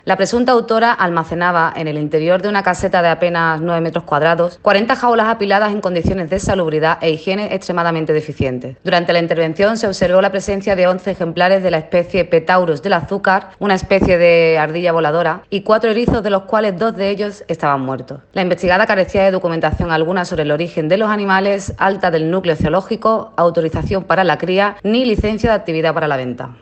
La presunta autora almacenaba en el interior de una caseta de apenas 9 metros cuadrados 40 jaulas apiladas en condiciones de salubridad e higiene extremadamente deficientes. Durante la intervención se observó la presencia de 11 ejemplares de la especie Petaurus del azúcar, una especie de ardilla voladora, y 4 erizos, de los cuales 2 de ellos estaban muertos. La investigada carecía de documentación alguna sobre el origen de los animales, alta del núcleo zoológico, autorización para la cría ni licencia de actividad para la venta.